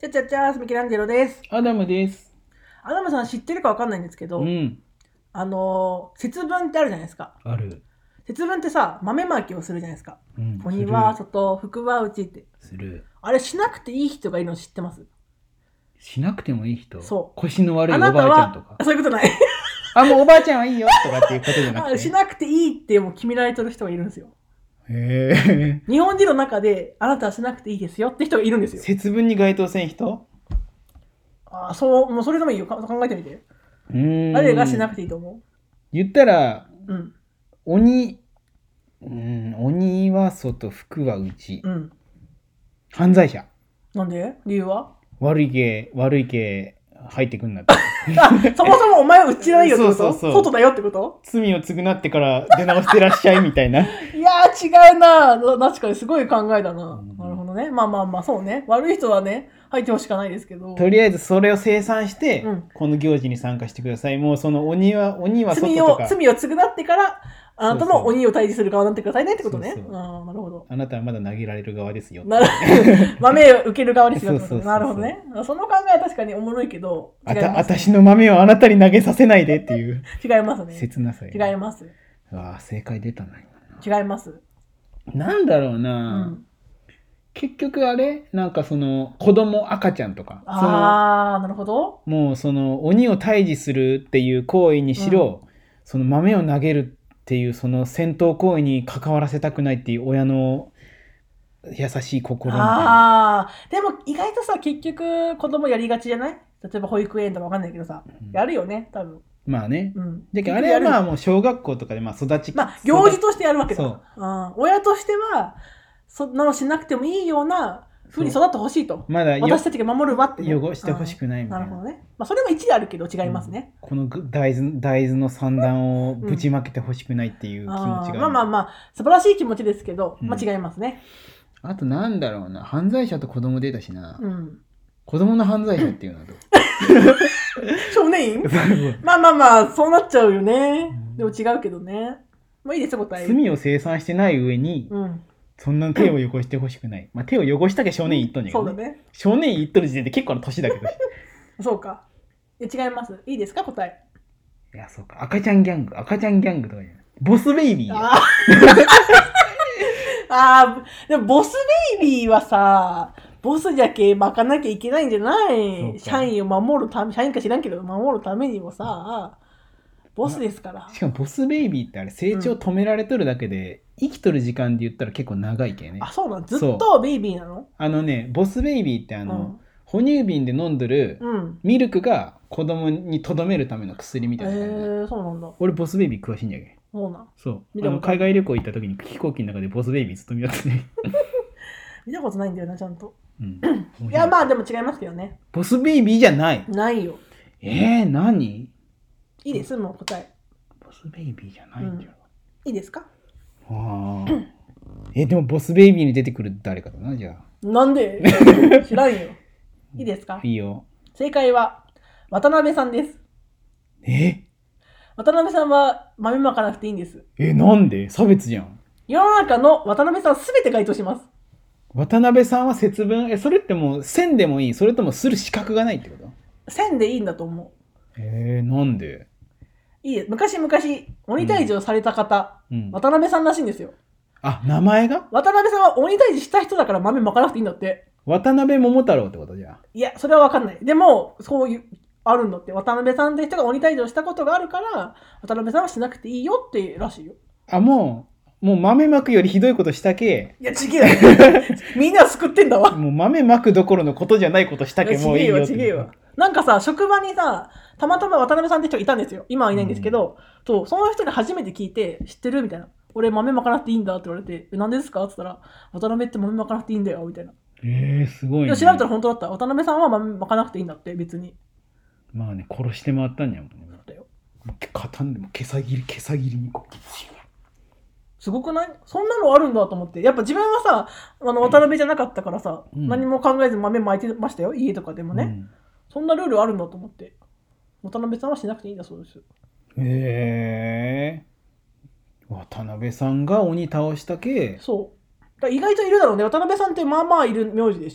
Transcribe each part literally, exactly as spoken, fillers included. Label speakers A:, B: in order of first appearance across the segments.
A: ちゃちゃちゃー、ミケランジェロです。
B: アダムです。
A: アダムさん知ってるかわかんないんですけど、
B: うん。
A: あのー、節分ってあるじゃないですか。
B: ある。
A: 節分ってさ、豆まきをするじゃないですか。
B: うん。
A: 鬼は外、福は内って。
B: する。
A: あれしなくていい人がいるの知ってます？
B: しなくてもいい人。
A: そう。
B: 腰の悪いお
A: あなたは、
B: ばあちゃんとか。
A: そういうことない。
B: あ、もうおばあちゃんはいいよとかっていうことじゃなくて。
A: しなくていいってもう決められてる人がいるんですよ。
B: へえ。
A: 日本人の中で、あなたはしなくていいですよって人がいるんですよ。
B: 節分に該当せん人？
A: あ、そう、もうそれでもいいよ。考えてみて。
B: うーん。
A: 誰がしなくていいと思
B: 言ったら、
A: う？うん。
B: 鬼、うん、鬼は外、福は内。
A: うん。
B: 犯罪者。
A: なんで？理由は？
B: 悪い系、悪い系入ってくんなって。
A: あ、そもそもお前はうちないよってこと？
B: そうそうそう。
A: 外だよってこと？
B: 罪を償ってから出直してらっしゃいみたいな。
A: いやー違うなー。確かにすごい考えだな。
B: うん
A: なるほどね。まあまあまあ、そうね。悪い人はね、入ってほしくないですけど。
B: とりあえずそれを清算して、
A: うん
B: この行事に参加してください。もうその鬼は、鬼は外
A: 罪を、
B: とか。
A: 罪を償ってから、あなた
B: そうそう
A: も鬼を退治する側になってくださいねってことね。
B: そうそう
A: ああ、なるほど。
B: あなたはまだ投げられる側ですよ。
A: なる豆を受ける側ですよってことね。
B: そうそうそうそう
A: なるほどね。その考えは確かにおもろいけど、違
B: あた、
A: います、ね。
B: 私の豆をあなたに投げさせないでっていう。
A: 違いますね。
B: 切なさ
A: 違います。
B: ああ、正解出たな。
A: 違います。
B: なんだろう
A: う
B: な、
A: ん。
B: 結局あれなんかその子供赤ちゃんとか。
A: ああ、なるほど。
B: もうその鬼を退治するっていう行為にしろ、うん、その豆を投げるっていうその戦闘行為に関わらせたくないっていう親の優しい心みたいな。
A: ああ、でも意外とさ、結局子供やりがちじゃない？例えば保育園とかわかんないけどさ、うん、やるよね、多分。
B: まあね。
A: うん。
B: で、あれはまあもう小学校とかでまあ育ち。
A: まあ行事としてやるわけだ。
B: そう。
A: あ親としては、そんなのしなくてもいいような風に育ってほしいと。
B: まだ
A: 私たちが守るわって、
B: ね。汚してほしくないみたいな。
A: なるほどね。まあそれも一理あるけど違いますね。
B: うん、この大豆大豆の三段をぶちまけてほしくないっていう気持ちが、うん、
A: あまあまあまあ素晴らしい気持ちですけど、うん、まあ違いますね。
B: あとなんだろうな、犯罪者と子供出たしな。
A: うん、
B: 子供の犯罪者っていうのはどう？
A: 少年院まあまあまあ、そうなっちゃうよね。でも違うけどね。まあいいですよ、答え。
B: 罪を清算してない上に、
A: うん、
B: そんな手を汚してほしくない。まあ手を汚したけ少年院行っとんやけど、ね、
A: そうだね。
B: 少年院行っとる時点で結構な年だけど。
A: そうか。違います。いいですか、答え。
B: いや、そうか。赤ちゃんギャング、赤ちゃんギャングとかじゃない。ボスベイビーや。
A: あー、でもボスベイビーはさ、ボスじゃけ巻かなきゃいけないんじゃない？社員を守るため、社員か知らんけど、守るためにもさ、ボスですから。
B: しかもボスベイビーってあれ成長止められとるだけで、うん、生きとる時間で言ったら結構長いけね。
A: あ、そうなの？ずっとベイビーなの？
B: あのね、ボスベイビーってあの、うん、哺乳瓶で飲んどるミルクが子供にとどめるための薬みたいな感じ。へ、え
A: ー、そうなんだ。
B: 俺ボスベイビー詳しいんじゃけ。
A: そうなん。
B: そう。あの海外旅行行った時に飛行機の中でボスベイビーずっと見合ってね。
A: 見たことないんだよな、ちゃんと。
B: うん、
A: いや、まあでも違いますけどね。
B: ボスベイビーじゃない。
A: ないよ。
B: えー、何？
A: いいです、もう答え。
B: ボスベイビーじゃないんだよ。
A: うん、いいですか？
B: ああ。え、でもボスベイビーに出てくる誰かだな、じゃ
A: あ。なんで？知らんよ。いいですか？
B: いいよ。
A: 正解は、渡辺さんです。
B: え？
A: 渡辺さんは豆まかなくていいんです。
B: え、なんで？差別じゃん。
A: 世の中の渡辺さんすべて該当します。
B: 渡辺さんは節分、え、それってもう線でもいい？それともする資格がないってこと？
A: 線でいいんだと思う。
B: えー、なんで？
A: いい昔々鬼退治をされた方、うん、渡辺さんらしいんですよ。
B: あ、名前が？
A: 渡辺さんは鬼退治した人だから豆まかなくていいんだって。
B: 渡辺桃太郎ってことじゃ？
A: いや、それは分かんない。でもそういうあるんだって。渡辺さんって人が鬼退治をしたことがあるから渡辺さんはしなくていいよってらしいよ。
B: あ、もうもう豆まくよりひどいことしたけ。
A: いや、ちげえみんな救ってんだわ。
B: もう豆まくどころのことじゃないことしたけ。もういいよ。
A: ちげえわ、ちげえわ。なんかさ、職場にさ、たまたま渡辺さんって人いたんですよ。今はいないんですけど、うん、そう、その人に初めて聞いて、知ってるみたいな。俺豆まかなくていいんだって言われて、え、なんでですかって言ったら、渡辺って豆まかなくていいんだよ、みたいな。
B: えー、すごいね。
A: 調べたら本当だった。渡辺さんは豆まかなくていいんだって、別に。
B: まあね、殺して回ったんやもんね。
A: だよ。
B: 肩でも毛さぎり、毛さぎりにこう。
A: すごくない？そんなのあるんだと思って。やっぱ自分はさ、あの渡辺じゃなかったからさ、うん、何も考えず豆巻いてましたよ、家とかでもね、うん。そんなルールあるんだと思って。渡辺さんはしなくていいんだそうです。
B: へえー。渡辺さんが鬼倒したけ。
A: そう。だ意外といるだろうね。渡辺さんってまあまあいる名字でしょ？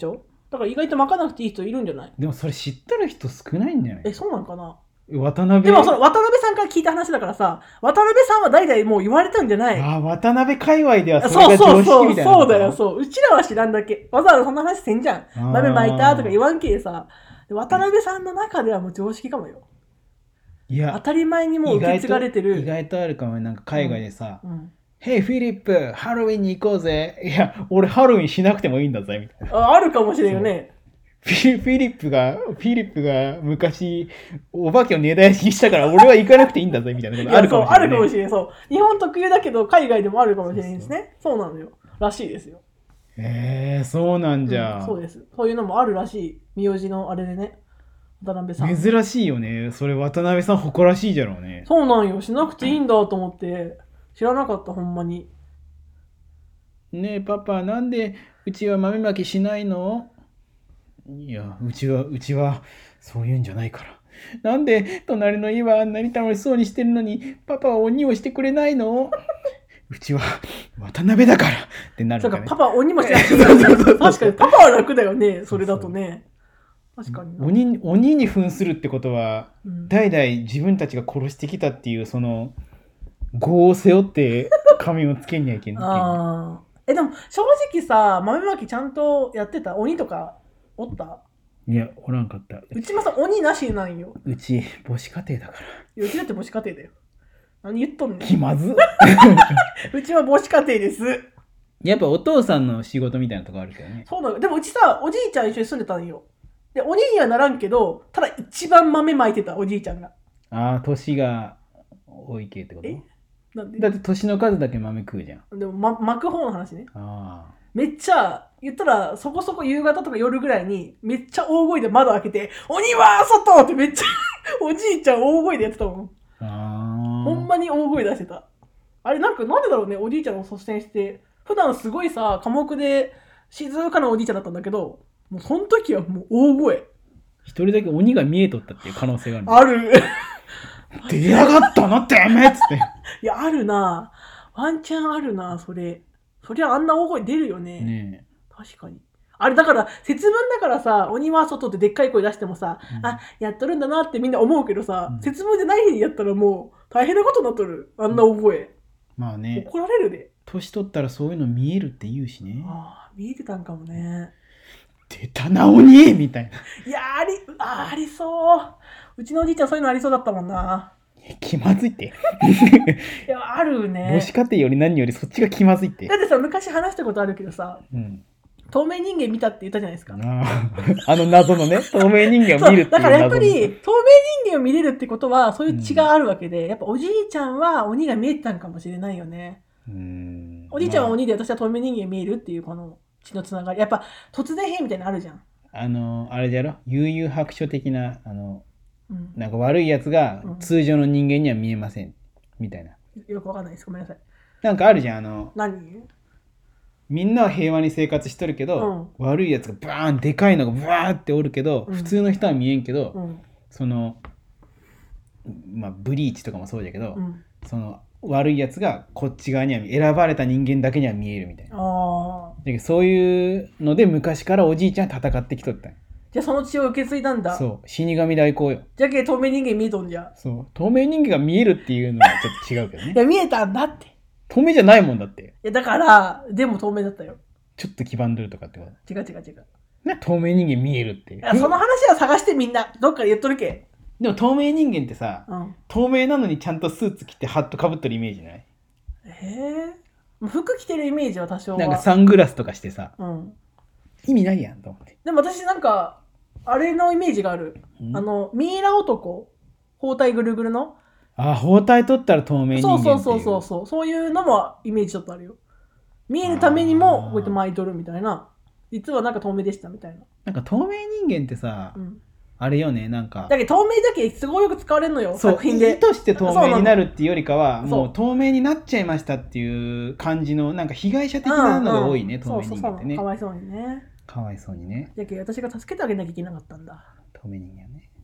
A: だから意外と巻かなくていい人いるんじゃない？
B: でもそれ知ってる人少ないんじゃない？
A: え、そうなのかな？
B: 渡辺
A: でもその渡辺さんから聞いた話だからさ、渡辺さんは代々もう言われたんじゃない？
B: ああ、渡辺界隈ではそ
A: そう
B: れが常
A: そうそう、
B: 識みたいな。
A: そうだよ、そう。うちらは知らんだけ。わざわざそんな話せんじゃん。豆巻いたとか言わんけでさ、渡辺さんの中ではもう常識かもよ。
B: いや、
A: 当たり前にもう受け継がれてる。
B: 意外とあるかも。なんか海外でさ、
A: うんうん
B: ヘイフィリップ、ハロウィンに行こうぜ。いや、俺ハロウィンしなくてもいいんだぜ、みたいな。
A: あ、あるかもしれんよね。
B: フィフィリップが、フィリップが昔、お化けを根絶やしにしたから、俺は行かなくていいんだぜ、みたいなことあるかもしれない、ね。
A: あるかもしれん、そう。日本特有だけど、海外でもあるかもしれんですね。そうなのよ。らしいですよ。
B: えー、そうなんじゃ、
A: うん。そうです。そういうのもあるらしい。名字のあれでね。渡辺さん。
B: 珍しいよね。それ渡辺さん誇らしいじゃろうね。
A: そうなんよ。しなくていいんだと思って、知らなかった、ほんまに。
B: ねえ、パパ、なんでうちは豆まきしないの？いや、うちは、うちは、そういうんじゃないから。なんで隣の家はあんなに楽しそうにしてるのに、パパは鬼をしてくれないの？うちは渡辺だからってなる
A: そうか、
B: かね。
A: パパ鬼もしなくていい。確かに、パパは楽だよね、それだとね。確かにな。
B: 鬼、鬼に扮するってことは、
A: うん、
B: 代々自分たちが殺してきたっていう、その、業を背負って髪をつけにゃいけない。
A: ああ。え、でも、正直さ、豆まきちゃんとやってた？鬼とかおった？
B: いや、おらんかった。
A: うちもさ、鬼なしなんよ。
B: うち、母子家庭だから。
A: うちだって母子家庭だよ。何言っとんねん。
B: 気まず
A: うちは母子家庭です。
B: やっぱお父さんの仕事みたいなとこあるけどね。
A: そうなの。でもうちさ、おじいちゃん一緒に住んでたんよ。で、鬼にはならんけど、ただ一番豆まいてた、おじいちゃんが。
B: ああ、年が多い系ってこと？
A: えなんで？
B: だって年の数だけ豆食うじゃん。
A: でも、ま、巻く方の話ね。
B: ああ。
A: めっちゃ、言ったら、そこそこ夕方とか夜ぐらいに、めっちゃ大声で窓開けて、鬼は外ってめっちゃ、おじいちゃん大声でやってたもん。
B: ああ。
A: ほんまに大声出してた。あれ、なんか、なんでだろうね、おじいちゃんを率先して。普段すごいさ、寡黙で静かなおじいちゃんだったんだけど、もうその時はもう大声。
B: 一人だけ鬼が見えとったっていう可能性が
A: ある。
B: ある。出やがったなってめっつって。
A: いや、あるな。ワンチャンあるな、それ。そりゃあんな大声出るよね。
B: ねえ。
A: 確かに。あれだから、節分だからさ、鬼は外ってでっかい声出してもさ、
B: うん、
A: あ、やっとるんだなってみんな思うけどさ、
B: うん、
A: 節分じゃない日にやったらもう大変なことになっとる。あんな大声。
B: まあね。
A: 怒られるで。
B: 年取ったらそういうの見えるって言うしね。
A: ああ、見えてたんかもね。
B: 出たな鬼みたいな。
A: いやあり、あありそう。うちのおじいちゃんそういうのありそうだったもんな。
B: 気まずいって。
A: いや、あるね。
B: 母子家庭より何よりそっちが気まずいって。
A: だってさ、昔話したことあるけどさ、
B: うん、
A: 透明人間見たって言ったじゃないですか。
B: あ, あの謎のね、透明人間を見るっていう謎の。
A: だからやっぱり、透明人間を見れるってことは、そういう血があるわけで、うん、やっぱおじいちゃんは鬼が見えてたんかもしれないよね。
B: うーん、
A: おじいちゃんは鬼で、私は透明人間見えるっていうこの血のつながり。やっぱ突然変みたいなのあるじゃん。
B: あの、あれじゃろ、悠々白書的な、あの、
A: うん、
B: なんか悪いやつが通常の人間には見えません、うん、みたいな。
A: よくわかんないです。ごめんなさい。
B: なんかあるじゃん、あの、
A: 何？
B: みんなは平和に生活しとるけど、うん、悪いやつがバーンでかいのがバーっておるけど、うん、普通の人は見えんけど、うん、そのまあブリーチとかもそうだけど、その悪いやつがこっち側には選ばれた人間だけには見えるみたいな。あだけどそういうので昔からおじいちゃん戦ってきとったん。
A: じゃあその血を受け継いだんだ。
B: そう死神代行よ。
A: じゃけ透明人間見えとんじゃ。
B: そう透明人間が見えるっていうのはちょっと違うけどね。
A: いや見えたんだって。
B: 透明じゃないもんだって。い
A: やだからでも透明だったよ。
B: ちょっと黄ばんでるとかってこと。
A: 違う違う違う。
B: ね透明人間見えるっていう。い
A: やその話は探してみんなどっかで言っとるけ。
B: でも透明人間ってさ、
A: うん、
B: 透明なのにちゃんとスーツ着てハットかぶってるイメージない？
A: えー、服着てるイメージは多少は。
B: なんかサングラスとかしてさ、
A: うん、
B: 意味ないやんと思って。
A: でも私なんかあれのイメージがある。あのミイラ男包帯ぐるぐるの。
B: あ、包帯取ったら透明人間っていう。
A: そうそうそうそうそういうのもイメージちょっとあるよ。見えるためにもこうやって巻いとるみたいな。実はなんか透明でしたみたいな。
B: なんか透明人間ってさ、うん、あれよねなんか。
A: だけど透明だけ都合よく使われるのよ。
B: そう
A: 作品で。
B: 意図して透明になるっていうよりかはもう透明になっちゃいましたっていう感じのなんか被害者的なのが多いね、うんうん、透明人間ってね。
A: そうそうそうかわいそうにね。
B: かわいそうにね。
A: だけど私が助けてあげなきゃいけなかったんだ。
B: 透明人間ね。